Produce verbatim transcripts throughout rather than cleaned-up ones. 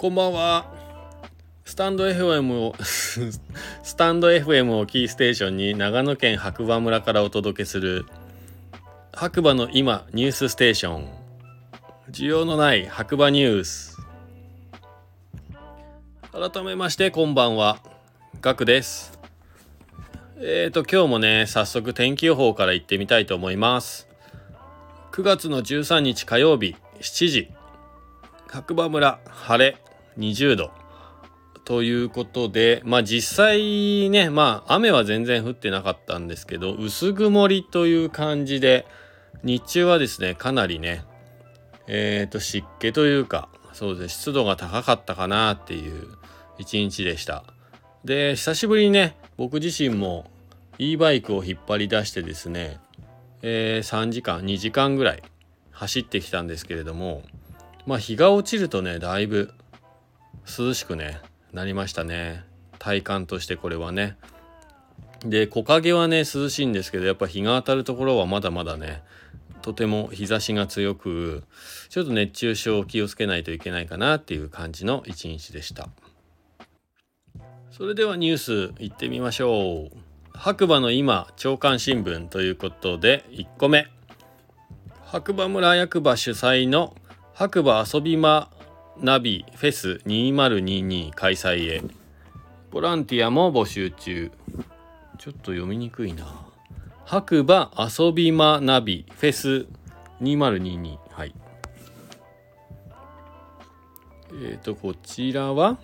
こんばんは。スタンド エフエム をスタンド エフエム をキーステーションに長野県白馬村からお届けする白馬の今ニュースステーション、需要のない白馬ニュース。改めましてこんばんは、ガクです。えーと今日もね早速天気予報から行ってみたいと思います。くがつのじゅうさんにち火曜日しちじ、白馬村晴れにじゅうどということで、まあ実際ね、まあ雨は全然降ってなかったんですけど、薄曇りという感じで、日中はですねかなりねえーと湿気というか、そうです、湿度が高かったかなっていう一日でした。で、久しぶりにね僕自身も e バイクを引っ張り出してですね、えー、さんじかんにじかんぐらい走ってきたんですけれども、まあ日が落ちるとねだいぶ涼しくねなりましたね、体感としてこれはね。で、木陰はね涼しいんですけど、やっぱ日が当たるところはまだまだねとても日差しが強く、ちょっと熱中症を気をつけないといけないかなっていう感じの一日でした。それではニュースいってみましょう。白馬の今朝刊新聞ということで、いっこめ、白馬村役場主催の白馬遊びまナビフェスにせんにじゅうに開催へ、ボランティアも募集中。ちょっと読みにくいな。白馬遊びまナビフェスにせんにじゅうに、はい。えっとこちらは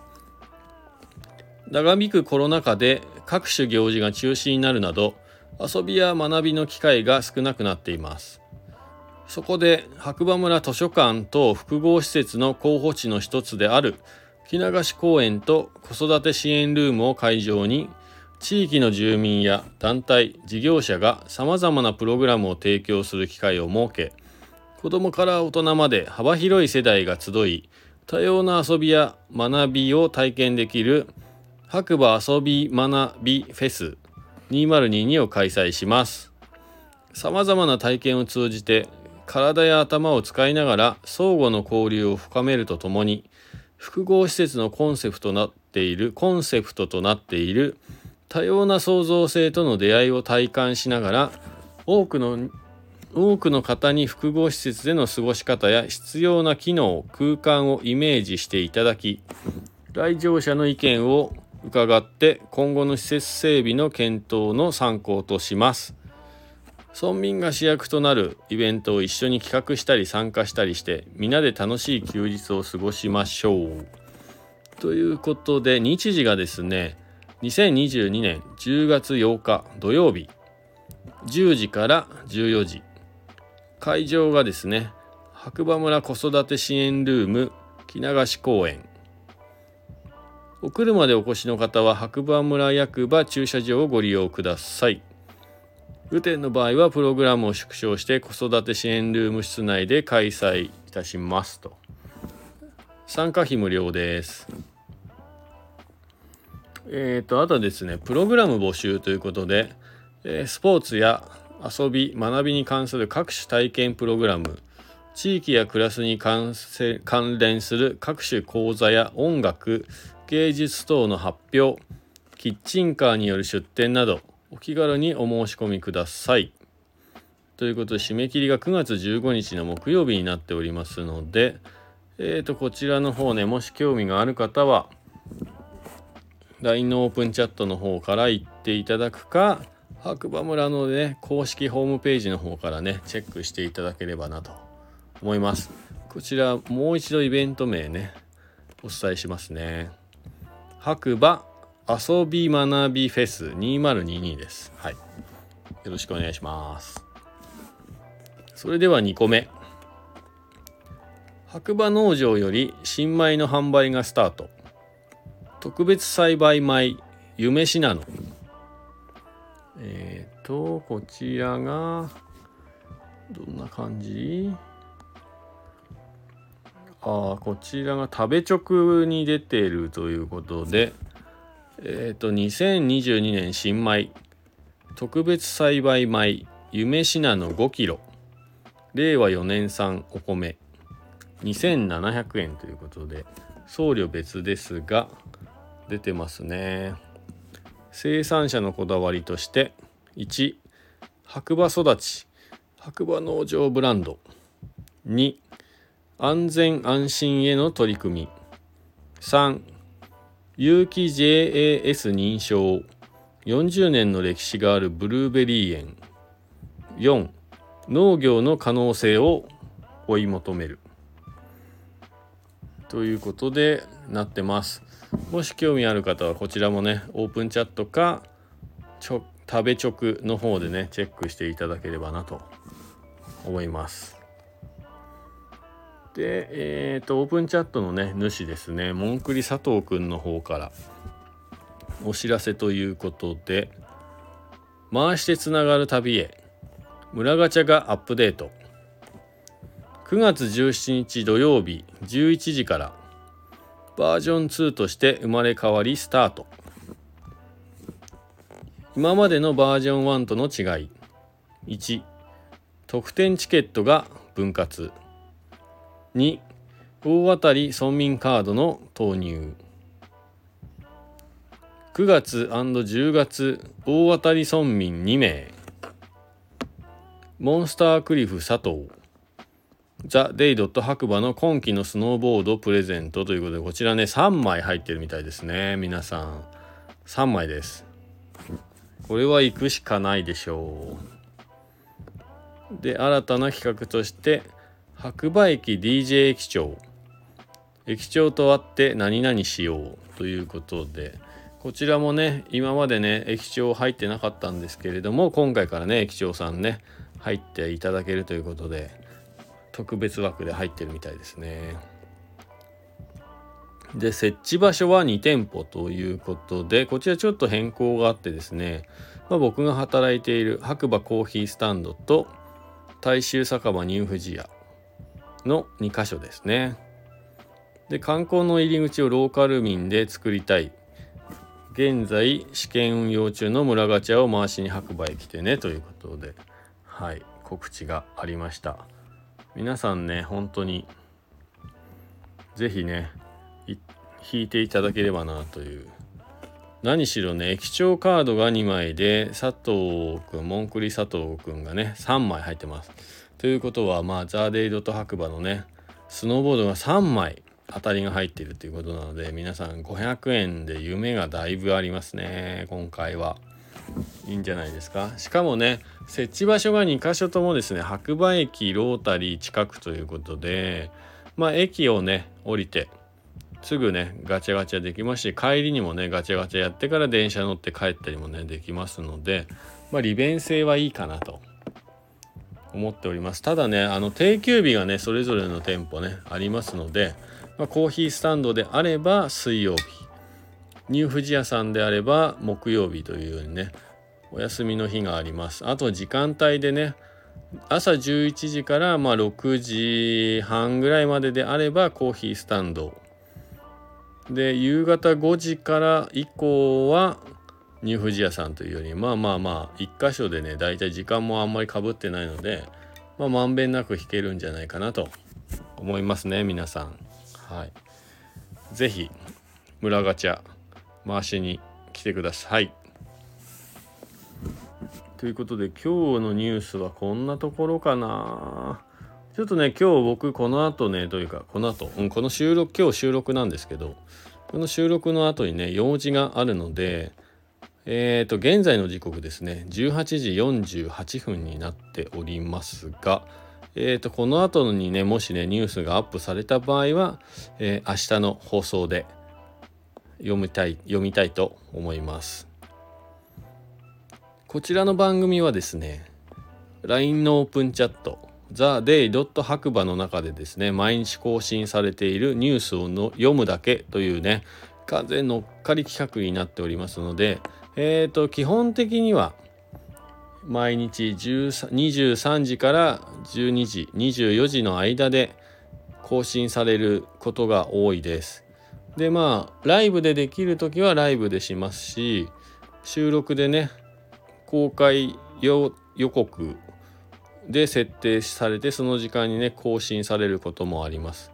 長引くコロナ禍で各種行事が中止になるなど、遊びや学びの機会が少なくなっています。そこで白馬村図書館等複合施設の候補地の一つである木流し公園と子育て支援ルームを会場に、地域の住民や団体、事業者がさまざまなプログラムを提供する機会を設け、子どもから大人まで幅広い世代が集い、多様な遊びや学びを体験できる白馬遊び学びフェスにせんにじゅうにを開催します。さまざまな体験を通じて体や頭を使いながら相互の交流を深めるとともに、複合施設のコンセプトとなっているコンセプトとなっている多様な創造性との出会いを体感しながら、多くの多くの方に複合施設での過ごし方や必要な機能、空間をイメージしていただき、来場者の意見を伺って今後の施設整備の検討の参考とします。村民が主役となるイベントを一緒に企画したり参加したりして、みんなで楽しい休日を過ごしましょうということで、日時がですねにせんにじゅうにねんじゅうがつようか土曜日じゅうじからじゅうよじ、会場がですね白馬村子育て支援ルーム木流し公園。お車でお越しの方は白馬村役場駐車場をご利用ください。雨天の場合はプログラムを縮小して子育て支援ルーム室内で開催いたしますと。参加費無料です。えーとあとですねプログラム募集ということで、えー、スポーツや遊び学びに関する各種体験プログラム、地域や暮らしに関せ関連する各種講座や音楽芸術等の発表、キッチンカーによる出店などお気軽にお申し込みくださいということで、締め切りがくがつじゅうごにちの木曜日になっておりますので、えーとこちらの方ね、もし興味がある方は ライン のオープンチャットの方から行っていただくか、白馬村のね公式ホームページの方からねチェックしていただければなと思います。こちらもう一度イベント名ねお伝えしますね。白馬遊び学びフェスにせんにじゅうにです。はい、よろしくお願いします。それではにこめ、白馬農場より新米の販売がスタート、特別栽培米夢しなの。えっ、ー、とこちらがどんな感じ。あこちらが食べ直に出ているということで、えっ、ー、とにせんにじゅうにねん新米特別栽培米夢しなのごキロ、れいわよねん産お米にせんななひゃくえんということで、 送料別ですが出てますね。生産者のこだわりとして、いち白馬育ち白馬農場ブランド、に安全安心への取り組み、さん有機 ジェーエーエス 認証、よんじゅうねんの歴史があるブルーベリー園、よん農業の可能性を追い求めるということでなってます。もし興味ある方はこちらもね、オープンチャットかちょ食べ直の方でねチェックしていただければなと思います。で、えーと、オープンチャットのね、主ですね、モンクリ佐藤くんの方からお知らせということで、回してつながる旅へ、村ガチャがアップデート。くがつじゅうしちにち土曜日じゅういちじからバージョンツーとして生まれ変わりスタート。今までのバージョンワンとの違い。いち特典チケットが分割。に大当たり村民カードの投入。くがつ&じゅうがつ大当たり村民にめい。モンスタークリフ佐藤。ザ・デイ・ドット白馬の今季のスノーボードプレゼントということで、こちらねさんまい入ってるみたいですね。皆さんさんまいです。これは行くしかないでしょう。で、新たな企画として白馬駅 ディージェー 駅長、駅長と会って何々しようということで、こちらもね今までね駅長入ってなかったんですけれども、今回からね駅長さんね入っていただけるということで特別枠で入ってるみたいですね。で、設置場所はにてんぽということで、こちらちょっと変更があってですね、まあ、僕が働いている白馬コーヒースタンドと大衆酒場ニューフジヤのにかしょですね。で、観光の入り口をローカル民で作りたい。現在試験運用中の村ガチャを回しに白馬へ来てねということで、はい、告知がありました。皆さんね、本当にぜひね引いていただければなという。何しろね、駅長カードがにまいで、佐藤くん、モンクリ佐藤くんがねさんまい入ってます。ということは、まあザ・デイドと白馬のねスノーボードがさんまい当たりが入っているということなので、皆さんごひゃくえんで夢がだいぶありますね。今回はいいんじゃないですか。しかもね、設置場所がにかしょともですね、白馬駅ロータリー近くということで、まあ駅をね降りてすぐねガチャガチャできますし、帰りにもねガチャガチャやってから電車乗って帰ったりもねできますので、まあ利便性はいいかなと思っております。ただね、あの定休日がねそれぞれの店舗ねありますので、まあ、コーヒースタンドであれば水曜日、ニューフジヤさんであれば木曜日というようにねお休みの日があります。あと時間帯でね、朝じゅういちじからまあろくじはんぐらいまでであればコーヒースタンドで、夕方ごじから以降はニューフジヤさんというより、まあまあまあ一箇所でねだいたい時間もあんまり被ってないので、まあまんべんなく弾けるんじゃないかなと思いますね、皆さん。はい、ぜひ村ガチャ回しに来てください。ということで、今日のニュースはこんなところかな。ちょっとね今日僕この後ねというかこの後、うん、この収録今日収録なんですけど、この収録の後にね用事があるので、えーと現在の時刻ですねじゅうはちじよんじゅうはっぷんになっておりますが、えーとこの後にねもしねニュースがアップされた場合は、えー、明日の放送で読みたい読みたいと思います。こちらの番組はですね ライン のオープンチャットザ・デイ・ドット白馬の中でですね毎日更新されているニュースをの読むだけというね完全乗っかり企画になっておりますので、えーと基本的には毎日にじゅうさんじからじゅうにじにじゅうよじの間で更新されることが多いです。で、まあライブでできるときはライブでしますし、収録でね公開予告で設定されてその時間にね更新されることもあります。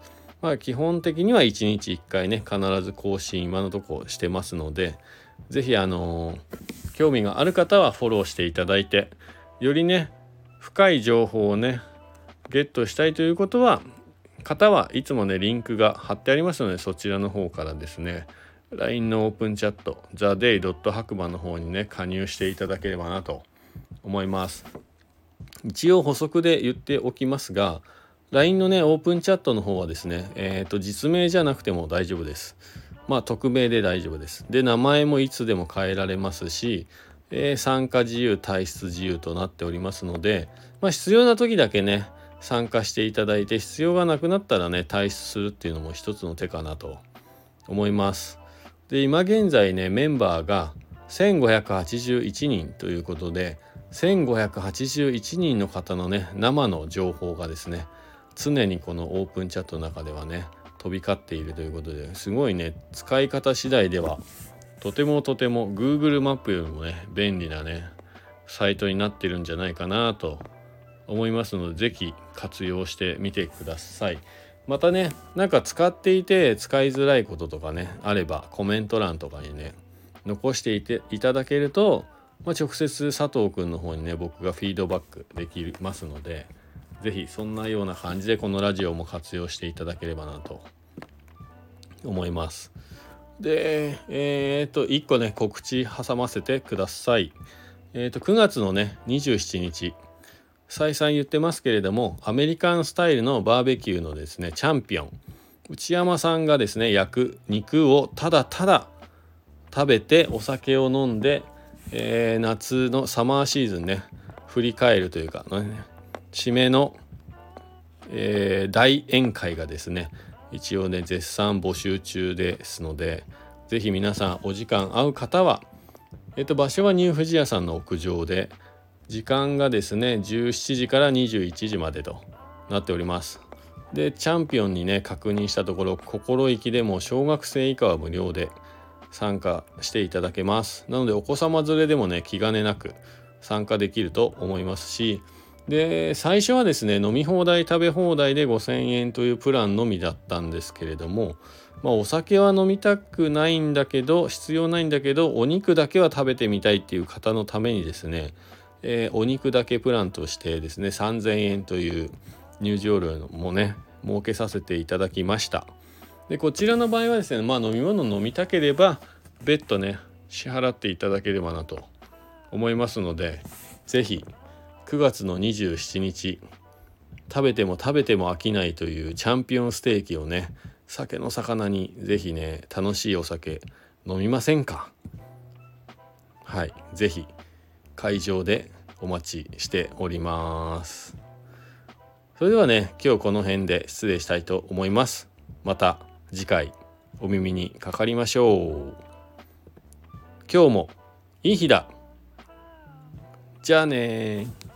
まあ基本的にはいちにちいっかいね必ず更新今のところしてますので、ぜひあのー、興味がある方はフォローしていただいて、よりね深い情報をねゲットしたいということは方はいつもねリンクが貼ってありますので、そちらの方からですね ライン のオープンチャット ザーデイ 白馬の方にね加入していただければなと思います。一応補足で言っておきますが、 ライン のねオープンチャットの方はですね、えーと実名じゃなくても大丈夫です。まあ匿名で大丈夫です。で名前もいつでも変えられますし、えー参加自由退出自由となっておりますので、まあ必要な時だけね参加していただいて、必要がなくなったらね退出するっていうのも一つの手かなと思います。で今現在ねメンバーがせんごひゃくはちじゅういちにんということで、せんごひゃくはちじゅういちにんの方のね生の情報がですね常にこのオープンチャットの中ではね飛び交っているということで、すごいね使い方次第ではとてもとても Google マップよりもね便利なねサイトになってるんじゃないかなと思いますので、ぜひ活用してみてください。またねなんか使っていて使いづらいこととかねあればコメント欄とかにね残していていただけると、まあ、直接佐藤くんの方にね僕がフィードバックできますので、ぜひそんなような感じでこのラジオも活用していただければなと思います。でえっ、といっこね告知挟ませてください。えっ、とくがつのねにじゅうしちにち、再三言ってますけれども、アメリカンスタイルのバーベキューのですねチャンピオン内山さんがですね焼く肉をただただ食べてお酒を飲んで、えー、夏のサマーシーズンね振り返るというか、ね、締めの、えー、大宴会がですね一応ね絶賛募集中ですので、ぜひ皆さんお時間合う方は、えっと場所はニュー富士屋さんの屋上で、時間がですねじゅうしちじからにじゅういちじまでとなっております。でチャンピオンにね確認したところ、心意気でも小学生以下は無料で参加していただけます。なのでお子様連れでもね気兼ねなく参加できると思いますし、で最初はですね飲み放題食べ放題でごせんえんというプランのみだったんですけれども、まあお酒は飲みたくないんだけど必要ないんだけどお肉だけは食べてみたいっていう方のためにですね、えー、お肉だけプランとしてですねさんぜんえんという入場料もね設けさせていただきました。でこちらの場合はですね、まあ飲み物飲みたければ別途ね支払っていただければなと思いますので、ぜひくがつのにじゅうしちにち、食べても食べても飽きないというチャンピオンステーキをね酒の魚にぜひね楽しいお酒飲みませんか。はい、ぜひ会場でお待ちしております。それではね今日この辺で失礼したいと思います。また次回お耳にかかりましょう。今日もいい日だ。じゃあね。